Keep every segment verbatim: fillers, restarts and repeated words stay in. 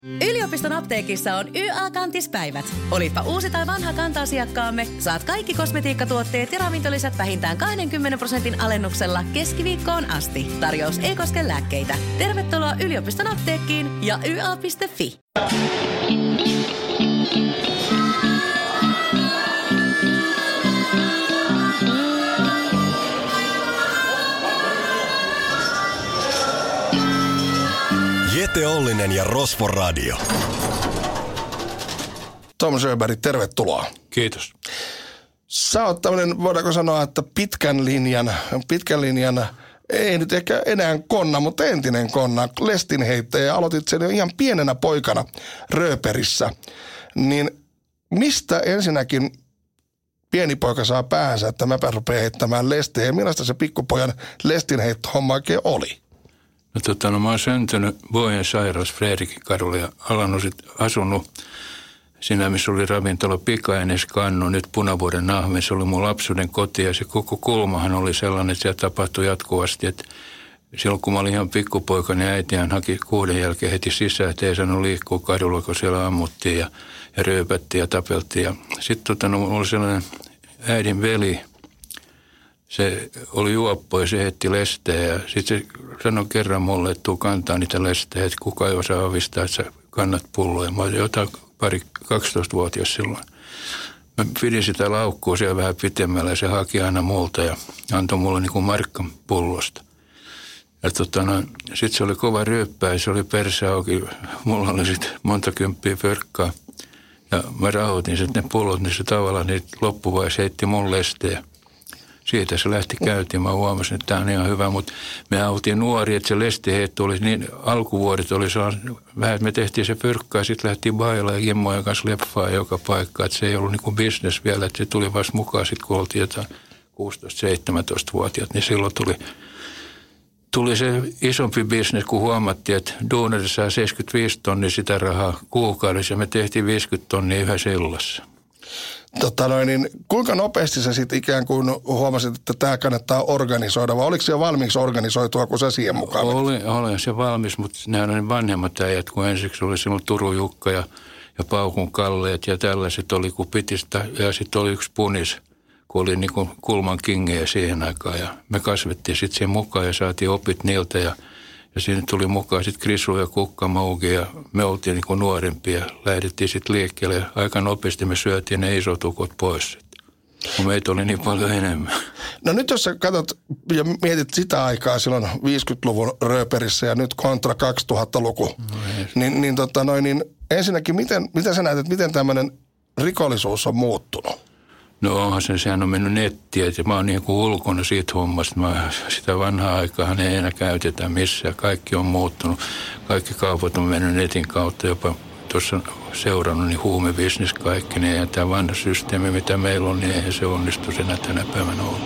Yliopiston apteekissa on Y A-kantispäivät. Olipa uusi tai vanha kanta-asiakkaamme, saat kaikki kosmetiikkatuotteet ja ravintolisät vähintään kaksikymmentä prosentin alennuksella keskiviikkoon asti. Tarjous ei koske lääkkeitä. Tervetuloa yliopiston apteekkiin ja y a piste f i. Jete Ollinen ja Rosvo Radio. Tom Sjöberg, tervetuloa. Kiitos. Sä oot tämmönen, voidaanko sanoa, että pitkän linjan, pitkän linjan, ei nyt ehkä enää konna, mutta entinen konna, lestinheittäjä. Aloitit sen jo ihan pienenä poikana Rööperissä. Niin mistä ensinnäkin pieni poika saa päänsä, että mäpä rupeaa heittämään lestejä? Ja millaista se pikkupojan lestinheitto-homma oikein oli? No tota, no mä oon syntynyt Vuojen sairaus Fredrikin kadulla ja alannut sit asunut siinä, missä oli ravintola Pikaenes Kannu, nyt Punavuoren Nahme. Se oli mun lapsuuden koti ja se koko kulmahan oli sellainen, että siellä tapahtui jatkuvasti, että silloin kun mä olin ihan pikkupoika, niin äitiään haki kuuden jälkeen heti sisään, että ei saanut liikkua kadulla, kun siellä ammuttiin ja, ja ryypättiin ja tapeltiin. Ja sitten tota, no, mulla oli sellainen äidin veli. Se oli juoppo ja se heitti lestejä ja sitten se sanoi kerran mulle, että tuu kantaa niitä lestejä, että kukaan ei osaa avistaa, että sä kannat pulloja. Mä olin jotain pari, kaksitoistavuotias silloin. Mä pidin sitä laukkua siellä vähän pitemmällä ja se haki aina multa ja antoi mulle niin kuin markkan pullosta. Ja tota no, sitten se oli kova ryöppää ja se oli persä auki. Mulla oli sitten monta kymppiä pörkkaa ja mä rahoitin sitten ne pullot, niin se tavallaan niitä loppuvaiheessa heitti mun lestejä. Siitä se lähti käyntiin. Mä huomasin, että tämä on ihan hyvä, mutta me oltiin nuori, että se lestiheitto oli niin, alkuvuodet oli vähän, että me tehtiin se pyrkkä ja sitten lähtiin bailla ja Kimmojen kanssa leffaa joka paikka. Että se ei ollut niin kuin business vielä, että se tuli vasta mukaan sitten, kun oltiin jotain kuusitoista seitsemäntoista-vuotiaat, niin silloin tuli, tuli se isompi business, kun huomattiin, että duunari saa seitsemänkymmentäviisi tonnia sitä rahaa kuukaudessa ja me tehtiin viisikymmentä tonnia yhdessä illassa. Tota noin, niin kuinka nopeasti sä sitten ikään kuin huomasit, että tämä kannattaa organisoida, vai oliko se jo valmiiksi organisoitua, kun sä siihen mukaan? Oli, oli se valmis, mutta nämä on vanhemmat äijät, kun ensiksi oli silloin Turun Jukka ja, ja Paukun Kalleet ja tällaiset oli kuin pitistä. Ja sitten oli yksi punis, kun oli niin kuin Kulman kingejä siihen aikaan ja me kasvettiin sitten siihen mukaan ja saatiin opit niiltä ja Ja siinä tuli mukaan sitten Krisu ja Kukka Mauki ja me oltiin niin kuin nuorempia ja lähdettiin sitten liikkeelle. Ja aika nopeasti me syötiin ne isot ukot pois. Kun meitä oli niin paljon enemmän. No nyt jos sä katsot ja mietit sitä aikaa silloin viisikymmentäluvun Rööperissä ja nyt kontra kaksituhattaluku, no niin, niin, tota noin, niin ensinnäkin miten, miten sä näet, että miten tämmöinen rikollisuus on muuttunut? No onhan se, sehän on mennyt nettiin, että mä oon niin kuin ulkona siitä hommasta. Mä, sitä vanhaa aikaa ei enää käytetä missään. Kaikki on muuttunut. Kaikki kaupat on mennyt netin kautta. Jopa tuossa seurannut niin huumebisnes kaikki. Niin eihän tämä vanha systeemi, mitä meillä on, niin eihän se onnistu enää tänä päivänä olla.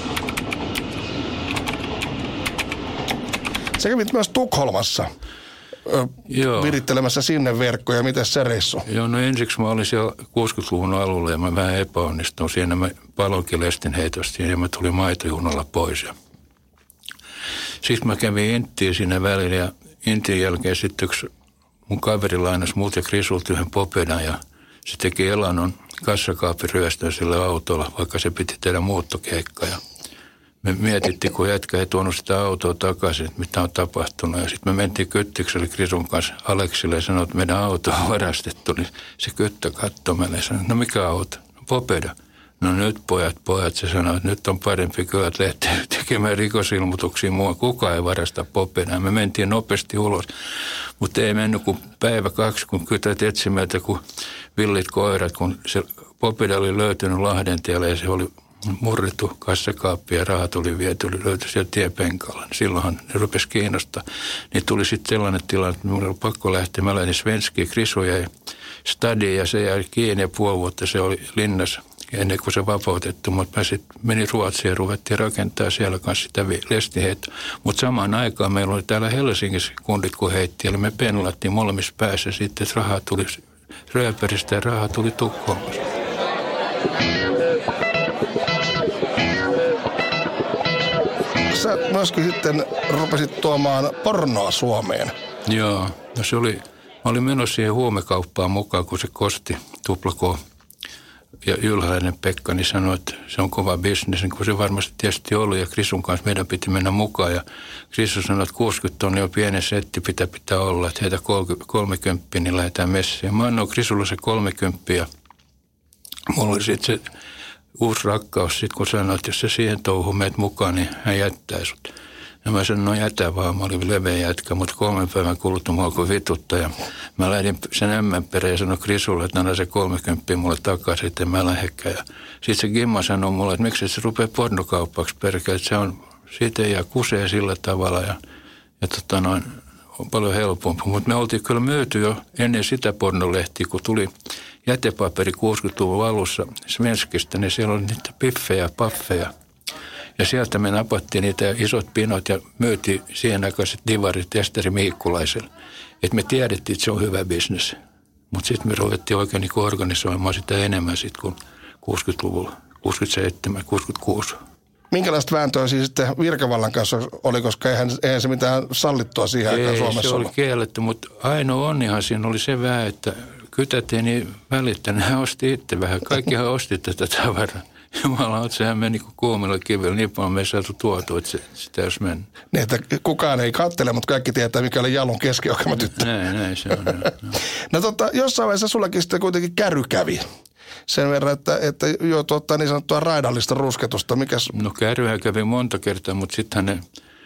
Sä kävit myös Tukholmassa Joo. virittelemässä sinne verkkoja. Miten se reissu? Joo, no ensiksi mä olin siellä kuusikymmentäluvun alulla ja mä vähän epäonnistuin. Siinä mä palonkin lestinheitosta ja mä tulin maitojunalla pois. Sitten mä kävin Inttiin siinä välillä ja Intin jälkeen sitten yksi mun kaveri lainasi multa ja Krisulta yhden popedan ja se teki elannon kassakaappiryöstön sillä autolla, vaikka se piti tehdä muuttokeikka. Ja me mietittiin, kun jätkä ei tuonut sitä autoa takaisin, että mitä on tapahtunut. Ja sitten me mentiin Kyttikselle Krisun kanssa Aleksille ja sanoi, että meidän auto on varastettu. Niin se Kyttö katsoi meille ja sanoi, no mikä auto? Popeda. No nyt pojat, pojat, se sanoi, että nyt on parempi kyllä, että lähtee tekemään rikosilmoituksia mua. Kukaan ei varasta Popedaa. Me mentiin nopeasti ulos, mutta ei mennyt kuin päivä kaksi, kun kytät etsimältä, kun villit koirat, kun se Popeda oli löytynyt Lahden tiellä ja se oli murrettu kassakaappi ja rahat oli viety, oli löyty siellä tiepenkalla. Silloinhan ne rupesi kiinnostaa. Niin tuli sitten sellainen tilanne, että minulla oli pakko lähteä. Mä lähdin Svenskiin, Krisu jäi stadiin ja se jäi kiinni ja puoli vuotta se oli linnassa ennen kuin se vapautettu. Mutta mä sitten menin Ruotsiin ja ruvettiin rakentaa siellä kanssa sitä lestiheittoa. Mutta samaan aikaan meillä oli täällä Helsingissä kundit kun heitti. Eli me penlattiin molemmissa päässä sitten, että rahaa tuli Rööperistä ja rahaa tuli Tukholmasta. Sä myöskin sitten rupesit tuomaan pornoa Suomeen. Joo, no se oli Mä olin menossa siihen huumekauppaan mukaan, kun se Kosti, Tuplako ja Ylhäinen Pekka, niin sanoi, että se on kova bisnes, niin kuin se varmasti tietysti oli. Ja Krisun kanssa meidän piti mennä mukaan. Ja Krisu sanoi, että kuusikymmentä tonnia on pieni setti, pitää pitää olla. Että heitä kolmekymppiä, niin lähdetään messiin. Ja mä annoin Krisulle se kolmekymppiä. Ja mulla oli sitten se uusi rakkaus, sit kun sanoin, että jos se siihen touhu meet mukaan, niin hän jättää sut. Ja mä sanoin, no jätä vaan, mä olin leveä jätkä, mutta kolmen päivän kuluttua mua alkoi vituttaa. Ja mä lähdin sen ämmän perään ja sanoin Krisulle, että anna se kolmekymppiä mulle takaisin, että mä lähdekään. Ja sitten se Gimma sanoi mulle, että miksi se rupeaa pornokauppaksi perkele, että se on, siitä ei jää kusee sillä tavalla ja, ja tota noin, on paljon helpompi. Mutta me oltiin kyllä myyty jo ennen sitä pornolehtiä, kun tuli jätepaperi kuusikymmentäluvun alussa Svenskistä, niin siellä oli niitä piffejä, paffeja. Ja sieltä me napattiin niitä isot pinot ja myytiin siihen aikaiset divarit Esteri Miikkulaiselle. Että me tiedettiin, että se on hyvä bisnes. Mutta sitten me ruvettiin oikein niin organisoimaan sitä enemmän sitten kuin kuusikymmentäluvulla, kuusikymmentäseitsemän, kuusikymmentäkuusi. Minkälaista vääntöä siis sitten virkavallan kanssa oli, koska eihän, eihän se mitään sallittua siihen aikaan Suomessa ollut? Ei, se oli ollut. kielletty, mutta ainoa onnihan siinä oli se vähän, että kytät ei niin välittänyt. Hän osti itse vähän. Kaikkihan osti tätä tavaraa. Jumala, sehän meni kuin kuumilla kivillä. Niin paljon me ei saatu tuotua, että se, sitä olisi mennyt. Niin, että kukaan ei kattele, mutta kaikki tietää, mikä oli Jalun keskiokama tyttö. Näin, näin se on. No, no tota, jossain vaiheessa sullakin sitten kuitenkin käry kävi. Sen verran, että, että jo tuottaa niin sanottua raidallista rusketusta. Mikäs? No käryhän kävi monta kertaa, mutta sittenhän ne,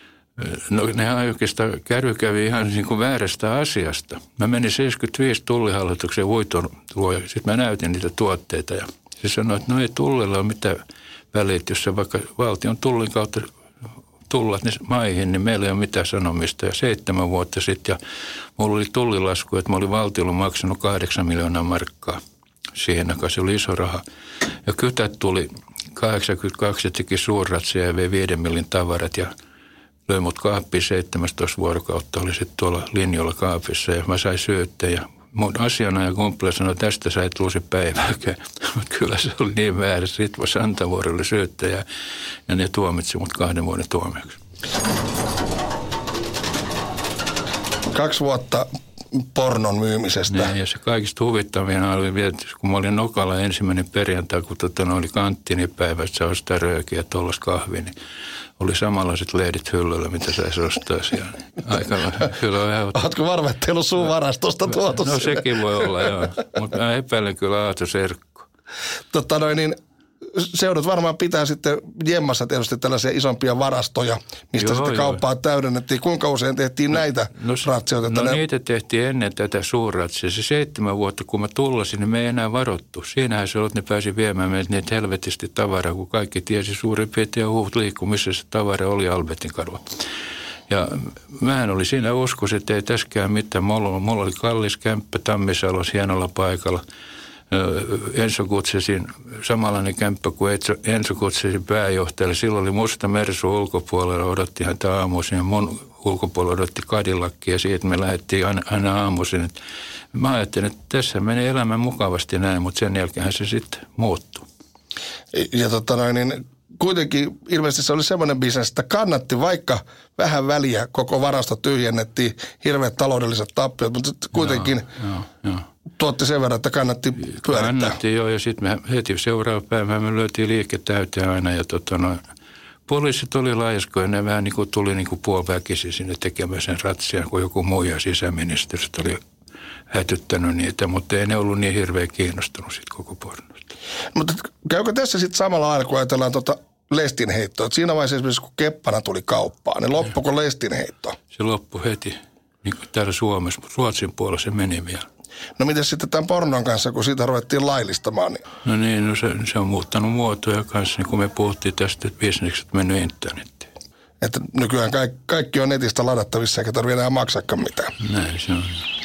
no nehän oikeastaan käry kävi ihan niin kuin väärästä asiasta. Mä menin seitsemänkymmentäviisi tullihallituksen voiton luo ja sitten mä näytin niitä tuotteita ja se sanoi, että no ei tullilla ole mitään väliä, jos se vaikka valtion tullin kautta tullat maihin, niin meillä ei ole mitään sanomista. Ja seitsemän vuotta sitten, ja mulla oli tullilasku, että mä olin valtiolla maksanut kahdeksan miljoonaa markkaa. Siihen aikaan se oli iso raha. Ja kytät tuli kahdeksankymmentäkaksi ja teki suurratsia ja vei viiden millin tavarat ja löi mut kaappiin seitsemäntoista vuorokautta. Oli sitten tuolla linjoilla kaapissa ja mä sain syötteen ja mun asianaja kumppila sanoi, että tästä sä et luusi päivääkään. Mutta kyllä se oli niin väärä. Sitten vaan Santavuorelle syöttäjä ja ne tuomitsi mut kahden vuoden tuomioksi. Kaksi vuotta pornon myymisestä. Ja, ja se kaikista huvittavina oli vielä, kun mä olin Nokalla ensimmäinen perjantai, kun tota, oli kanttinipäivä, että sä ostaa röökiä ja tollas kahvi, niin oli samanlaiset leedit hyllyllä, mitä saisi ostaa siellä. Aika kyllä on ihan... Ootko varma, että teillä on sun varastosta tuotu? No, no sekin voi olla, joo. Mutta mä epäilen kyllä Aato Serkku. Totta noin, niin seudut varmaan pitää sitten Jemmassa tietysti tällaisia isompia varastoja, mistä joo, sitten joo. kauppaa täydennettiin. Kuinka usein tehtiin no, näitä no, ratsioita? No ne... niitä tehtiin ennen tätä suurratsia. Se seitsemän vuotta, kun mä tullasin, niin me ei enää varottu. Siinähän se oli, että ne pääsi viemään meiltä niitä helvetisti tavaraa, kun kaikki tiesi suurin piirtein ja huut liikkuu, missä se tavara oli Albertin kadulla. Ja mähän oli siinä uskoisin, että ei täskään mitään. Mulla, mulla oli kallis kämppä Tammisalos hienolla paikalla. Enso Kutsesin, samanlainen kämppä kuin Enso Kutsesin pääjohtajalle. Silloin oli musta Mersu ulkopuolella, odotti häntä aamuisin ja mun ulkopuolella odotti Cadillackia ja siitä me lähdettiin aina, aina aamuisin. Mä ajattelin, että tässä menee elämä mukavasti näin, mutta sen jälkeen se sitten muuttui. Ja totta noin, niin kuitenkin ilmeisesti se oli semmoinen bisnes, että kannatti vaikka vähän väliä, koko varasto tyhjennettiin, hirveät taloudelliset tappiot, mutta kuitenkin joo, joo, joo. tuotti sen verran, että kannatti pyörittää. Kannatti joo, ja sitten me heti seuraava päivä me löytiin liike täyteen aina, ja tota no, poliisit oli laajaskoja, ne vähän niin kuin tuli niin kuin puoliväkisin sinne tekemään sen ratsian, kun joku muu ja sisäministeriöstä oli hätyttänyt niitä, mutta ei ne ollut niin hirveän kiinnostunut sitten koko pornosta. Mutta käykö tässä sitten samalla lailla, kun ajatellaan tuota lestinheittoa? Siinä vaiheessa esimerkiksi, kun Keppana tuli kauppaan, niin loppuko lestinheitto? Se loppui heti, niin kuin täällä Suomessa, mutta Ruotsin puolella se meni vielä. No miten sitten tämän pornon kanssa, kun siitä ruvettiin laillistamaan? Niin... No niin, no se, se on muuttanut muotoja kanssa, niin kun me puhuttiin tästä, että bisnekset mennyt internettiin. Että nykyään kaikki, kaikki on netistä ladattavissa, eikä tarvitse enää maksakaan mitään. Näin se on.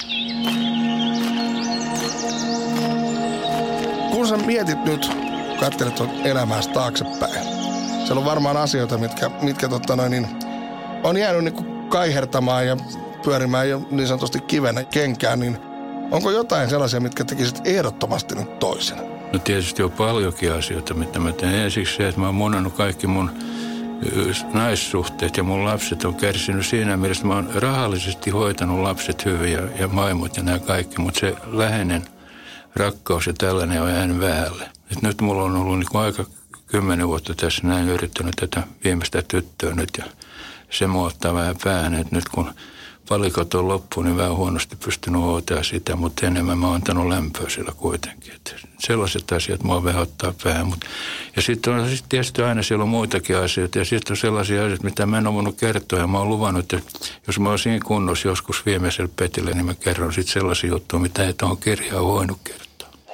Kun sä mietit nyt, katselet tuon elämääsi taaksepäin, siellä on varmaan asioita, mitkä, mitkä totta noin, niin on jäänyt niin kuin kaihertamaan ja pyörimään jo niin sanotusti kivenä kenkään, niin onko jotain sellaisia, mitkä tekisit ehdottomasti nyt toisin? No tietysti on paljonkin asioita, mitä mä teen. Ensiksi se, että mä oon munannut kaikki mun naissuhteet ja mun lapset on kärsinyt siinä mielessä. Mä oon rahallisesti hoitanut lapset hyvin ja, ja maimut ja nämä kaikki, mutta se läheinen rakkaus ja tällainen on jäänyt vähälle. Et nyt mulla on ollut niin aika kymmenen vuotta tässä näin yrittänyt tätä viimeistä tyttöä nyt ja se muottaa vähän päähän, että nyt kun palikot on loppuun, niin vähän huonosti pystynyt hoitaa sitä, mutta enemmän mä oon antanut lämpöä siellä kuitenkin. Että sellaiset asiat mua vähän ottaa päähän. Mutta ja sitten on sit tietysti aina siellä on muitakin asioita ja sitten on sellaisia asioita, mitä mä en ole voinut kertoa ja mä oon luvannut, että jos mä oon siinä kunnossa joskus viimeisellä petillä, niin mä kerron sitten sellaisia juttuja, mitä ei tuohon kirjaan voinut kertoa.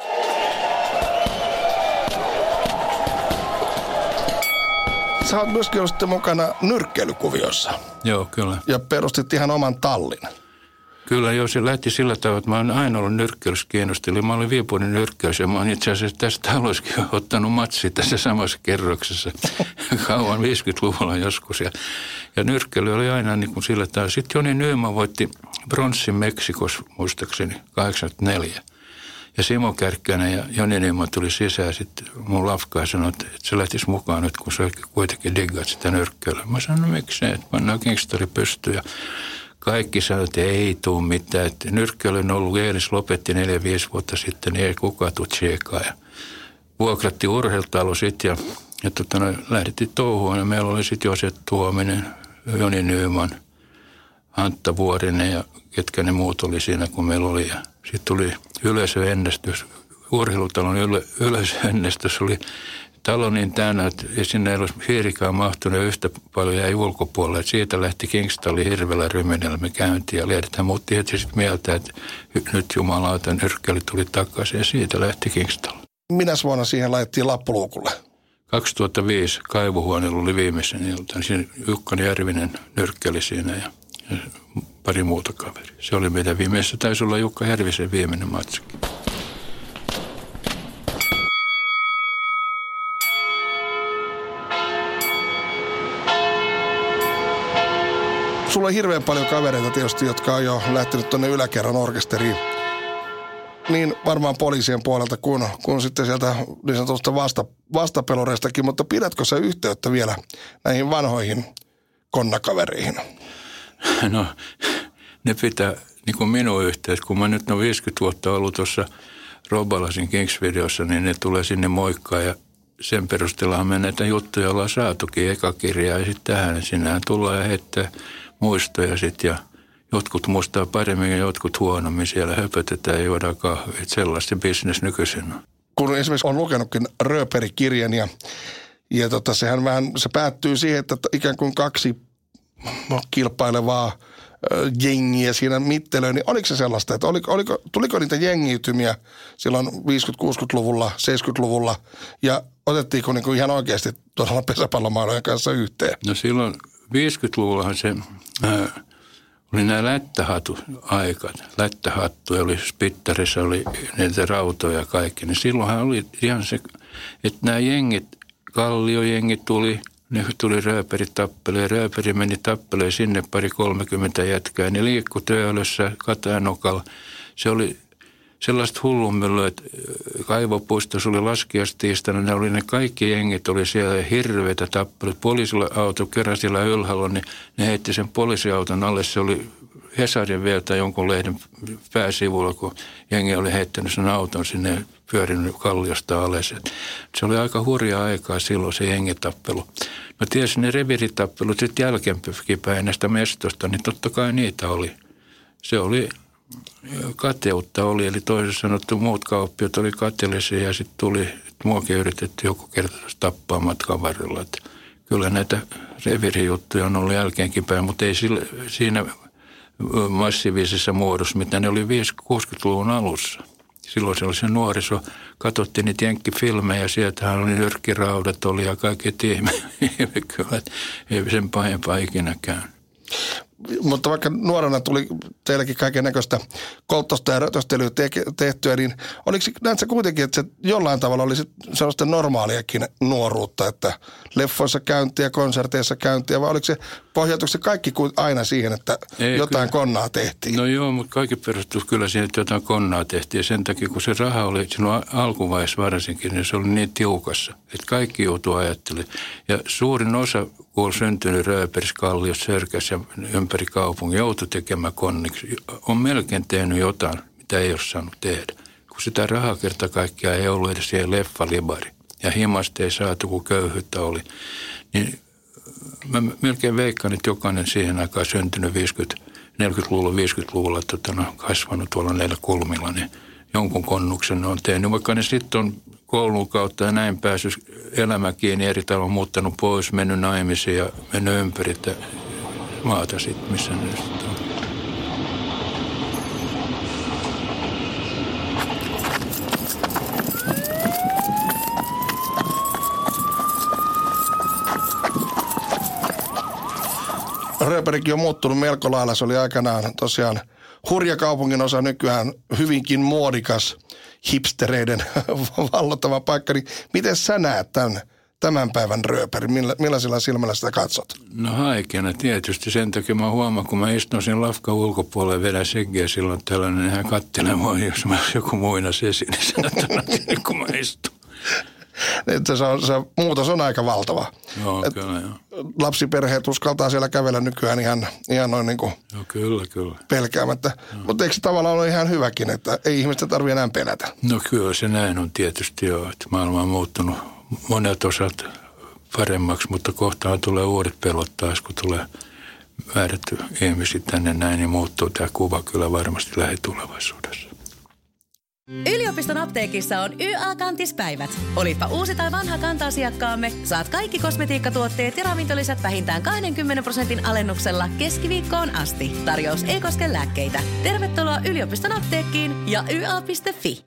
Sä oot myöskin ollut sitten mukana nyrkkeilykuviossa. Joo, kyllä. Ja perustit ihan oman tallin. Kyllä, joo, se lähti sillä tavalla, että mä oon aina ollut nyrkkeilyssä kiinnostunut. Mä olin Viipuinen nyrkkeilys ja mä oon itse asiassa tästä taloissakin ottanut matsia tässä samassa kerroksessa kauan viisikymmentäluvulla joskus. Ja, ja nyrkkeily oli aina niin kuin sillä tavalla. Sitten Joni Nyman voitti bronssin Meksikossa muistaakseni kahdeksankymmentäneljä. Ja Simo Kärkkäinen ja Joni Nyman tuli sisään sitten mun lafkaan ja sanoi, että se lähtisi mukaan nyt, kun sä kuitenkin diggaat sitä nyrkkeilyä. Mä sanoin, no miksei, että pannaan Kingstori pystyyn. Ja kaikki sanoivat, että ei tule mitään. Että nyrkkeily on ollut, Eelis lopetti neljä, viisi vuotta sitten, niin ei kukaan tule tsiekaan. Ja vuokrattiin urheilutalo sitten ja, ja tota, no, lähdettiin touhuun. Ja meillä oli sitten Jose Tuominen, Joni Nyman, Antta Vuorinen ja ketkä ne muut oli siinä, kun meillä oli. Ja sitten tuli yleisöennästys, urheilutalon yle, yleisöennästys oli talo niin täynnä, että sinne ei olisi hiirikään mahtunut yhtä paljon jäi ulkopuolelle. Että siitä lähti Kingstalli hirveällä ryminällä me käyntiin ja liedetään muutti heti sitten mieltä, että nyt jumalauta nyrkkeily tuli takaisin ja siitä lähti Kingstalli. Minäs vuonna siihen laitettiin lappuluukulle? kaksituhattaviisi Kaivohuoneella oli viimeisen iltaan. Siinä Jukka Järvinen nyrkkeli siinä ja, ja pari muuta kaveri. Se oli meidän viimeisessä. Taisi olla Jukka Järvisen viimeinen matsikin. Sulla on hirveän paljon kavereita tietysti, jotka on jo lähtenyt tuonne yläkerran orkesteriin. Niin varmaan poliisien puolelta kuin, kuin sitten sieltä niin sanotusta vasta, vastapelureistakin, mutta pidätkö sä yhteyttä vielä näihin vanhoihin konnakavereihin? No, ne pitää niin kuin minun yhteys. Kun mä nyt on viisikymmentä vuotta ollut tuossa Robalasin Kings-videossa, niin ne tulee sinne moikkaan ja sen perusteellahan me näitä juttuja ollaan saatukin eka kirjaa ja sitten tähän sinähän tullaan ja heittää muistoja sitten ja jotkut muistaa paremmin ja jotkut huonommin. Siellä höpötetään ja juodaan kahvia. Sellaista business nykyisin on. Kun esimerkiksi on lukenutkin Rööperi-kirjan ja, ja tota, sehän vähän, se päättyy siihen, että ikään kuin kaksi no, kilpailevaa ö, jengiä siinä mittelöön, niin oliko se sellaista, että oliko, oliko, tuliko niitä jengiytymiä silloin viisikymmentä-kuusikymmentäluvulla, seitsemänkymmentäluvulla ja otettiinko niin kuin ihan oikeasti todella pesäpallomailojen kanssa yhteen? No silloin viisikymmentäluvullahan se ää, oli nämä lättähattu-aikat. Lättähattuja oli Spittarissa, oli niitä rautoja ja kaikki. Niin silloinhan oli ihan se, että nämä jengit, kalliojengit tuli, ne tuli Rööperi tappeleen. Rööperi meni tappeleen sinne pari kolmekymmentä jätkää. Ne liikkui Töölössä, Katajanokalla. Se oli sellaista hullunmyllyä, että Kaivopuistossa oli laskiaistiistana. Ne oli ne kaikki jengit, oli siellä hirveitä tappelut. Poliisilla auto keräsillä ylhäällä, niin ne heitti sen poliisiauton alle. Se oli Hesarin vielä tai jonkun lehden pääsivulla, kun jengi oli heittänyt sen auton sinne pyörinyt kalliosta alas. Se oli aika hurjaa aikaa silloin se jengitappelu. No tietysti ne reviritappelut sitten jälkeenpäin näistä mestosta, niin totta kai niitä oli. Se oli kateutta oli, eli toisin sanottu muut kauppiot oli kateellisia ja sitten tuli, että muakin yritettiin joku kerta tappaa matkan varrella. Että kyllä näitä revirijuttuja on ollut jälkeenkin päin, mutta ei sillä, siinä massiivisessa muodossa, mitä ne oli viisikymmentä-kuusikymmentäluvun alussa. Silloin se oli se nuoriso, katsottiin niitä jenkkifilmejä ja sieltähän oli nyrkkiraudat oli ja kaikki ihme, kyllä, että ei sen pahempaa ikinä käynyt. Mutta vaikka nuorena tuli teilläkin kaiken näköistä kolttosta ja rötöstelyä te- tehtyä, niin oliko näet sä kuitenkin, että se jollain tavalla oli sellaista normaaliakin nuoruutta, että leffoissa käyntiä, konserteissa käyntiä, vai oliko se Pohjautuiko se kaikki aina siihen, että Ei, jotain kyllä. konnaa tehtiin? No joo, mutta kaikki perustuu kyllä siihen, että jotain konnaa tehtiin. Ja sen takia, kun se raha oli silloin alkuvaiheessa varsinkin, niin se oli niin tiukassa, että kaikki joutuu ajattelemaan. Ja suurin osa, kun on syntynyt Rööperissä, Kalliossa, Sörkässä ja ympäri kaupungin, joutui tekemään konniksi. On melkein tehnyt jotain, mitä ei ole saanut tehdä. Kun sitä rahaa kerta kaikkiaan ei ollut edes siihen leffalibari. Ja himasta ei saatu, kun köyhyyttä oli. Niin mä melkein veikkaan, että jokainen siihen aikaan syntynyt viisikymmentä, neljäkymmentäluvulla, viisikymmentäluvulla tota, no, kasvanut tuolla näillä kulmilla, niin jonkun konnuksen on tehnyt. Vaikka ne sitten on koulun kautta ja näin päässyt elämä kiinni, eri tavalla muuttanut pois, mennyt naimisiin ja mennyt ympäri maata sitten, missä ne sitten on. Rööperikin on muuttunut melko lailla. Se oli aikanaan tosiaan hurja kaupungin osa, nykyään hyvinkin muodikas hipstereiden vallottava paikka. Niin miten sä näet tämän, tämän päivän Rööperin? Millä, millaisilla silmällä sitä katsot? No haikeana tietysti. Sen takia mä huomaan, kun mä istun siinä lafkan ulkopuolella ja vedän seggiä silloin tällainen, niin hän kattelee mua, jos mä joku muinas esiin, niin sanotaan, kun mä istun. Että se, on, se muutos on aika valtava. Joo, et kyllä, joo. Lapsiperheet uskaltaa siellä kävellä nykyään ihan, ihan noin niin kuin joo, kyllä, kyllä. pelkäämättä. Mutta eikö se tavallaan ole ihan hyväkin, että ei ihmistä tarvitse enää pelätä? No kyllä se näin on tietysti jo, että maailma on muuttunut monet osat paremmaksi, mutta kohtaan tulee uudet pelot taas, kun tulee määrätty ihmisiä tänne näin, niin muuttuu tämä kuva kyllä varmasti lähitulevaisuudessa. Yliopiston apteekissa on Y A-kantispäivät. Olipa uusi tai vanha kanta-asiakkaamme, saat kaikki kosmetiikkatuotteet ja ravintolisät vähintään kaksikymmentä prosentin alennuksella keskiviikkoon asti. Tarjous ei koske lääkkeitä. Tervetuloa yliopiston apteekkiin ja y a piste fi.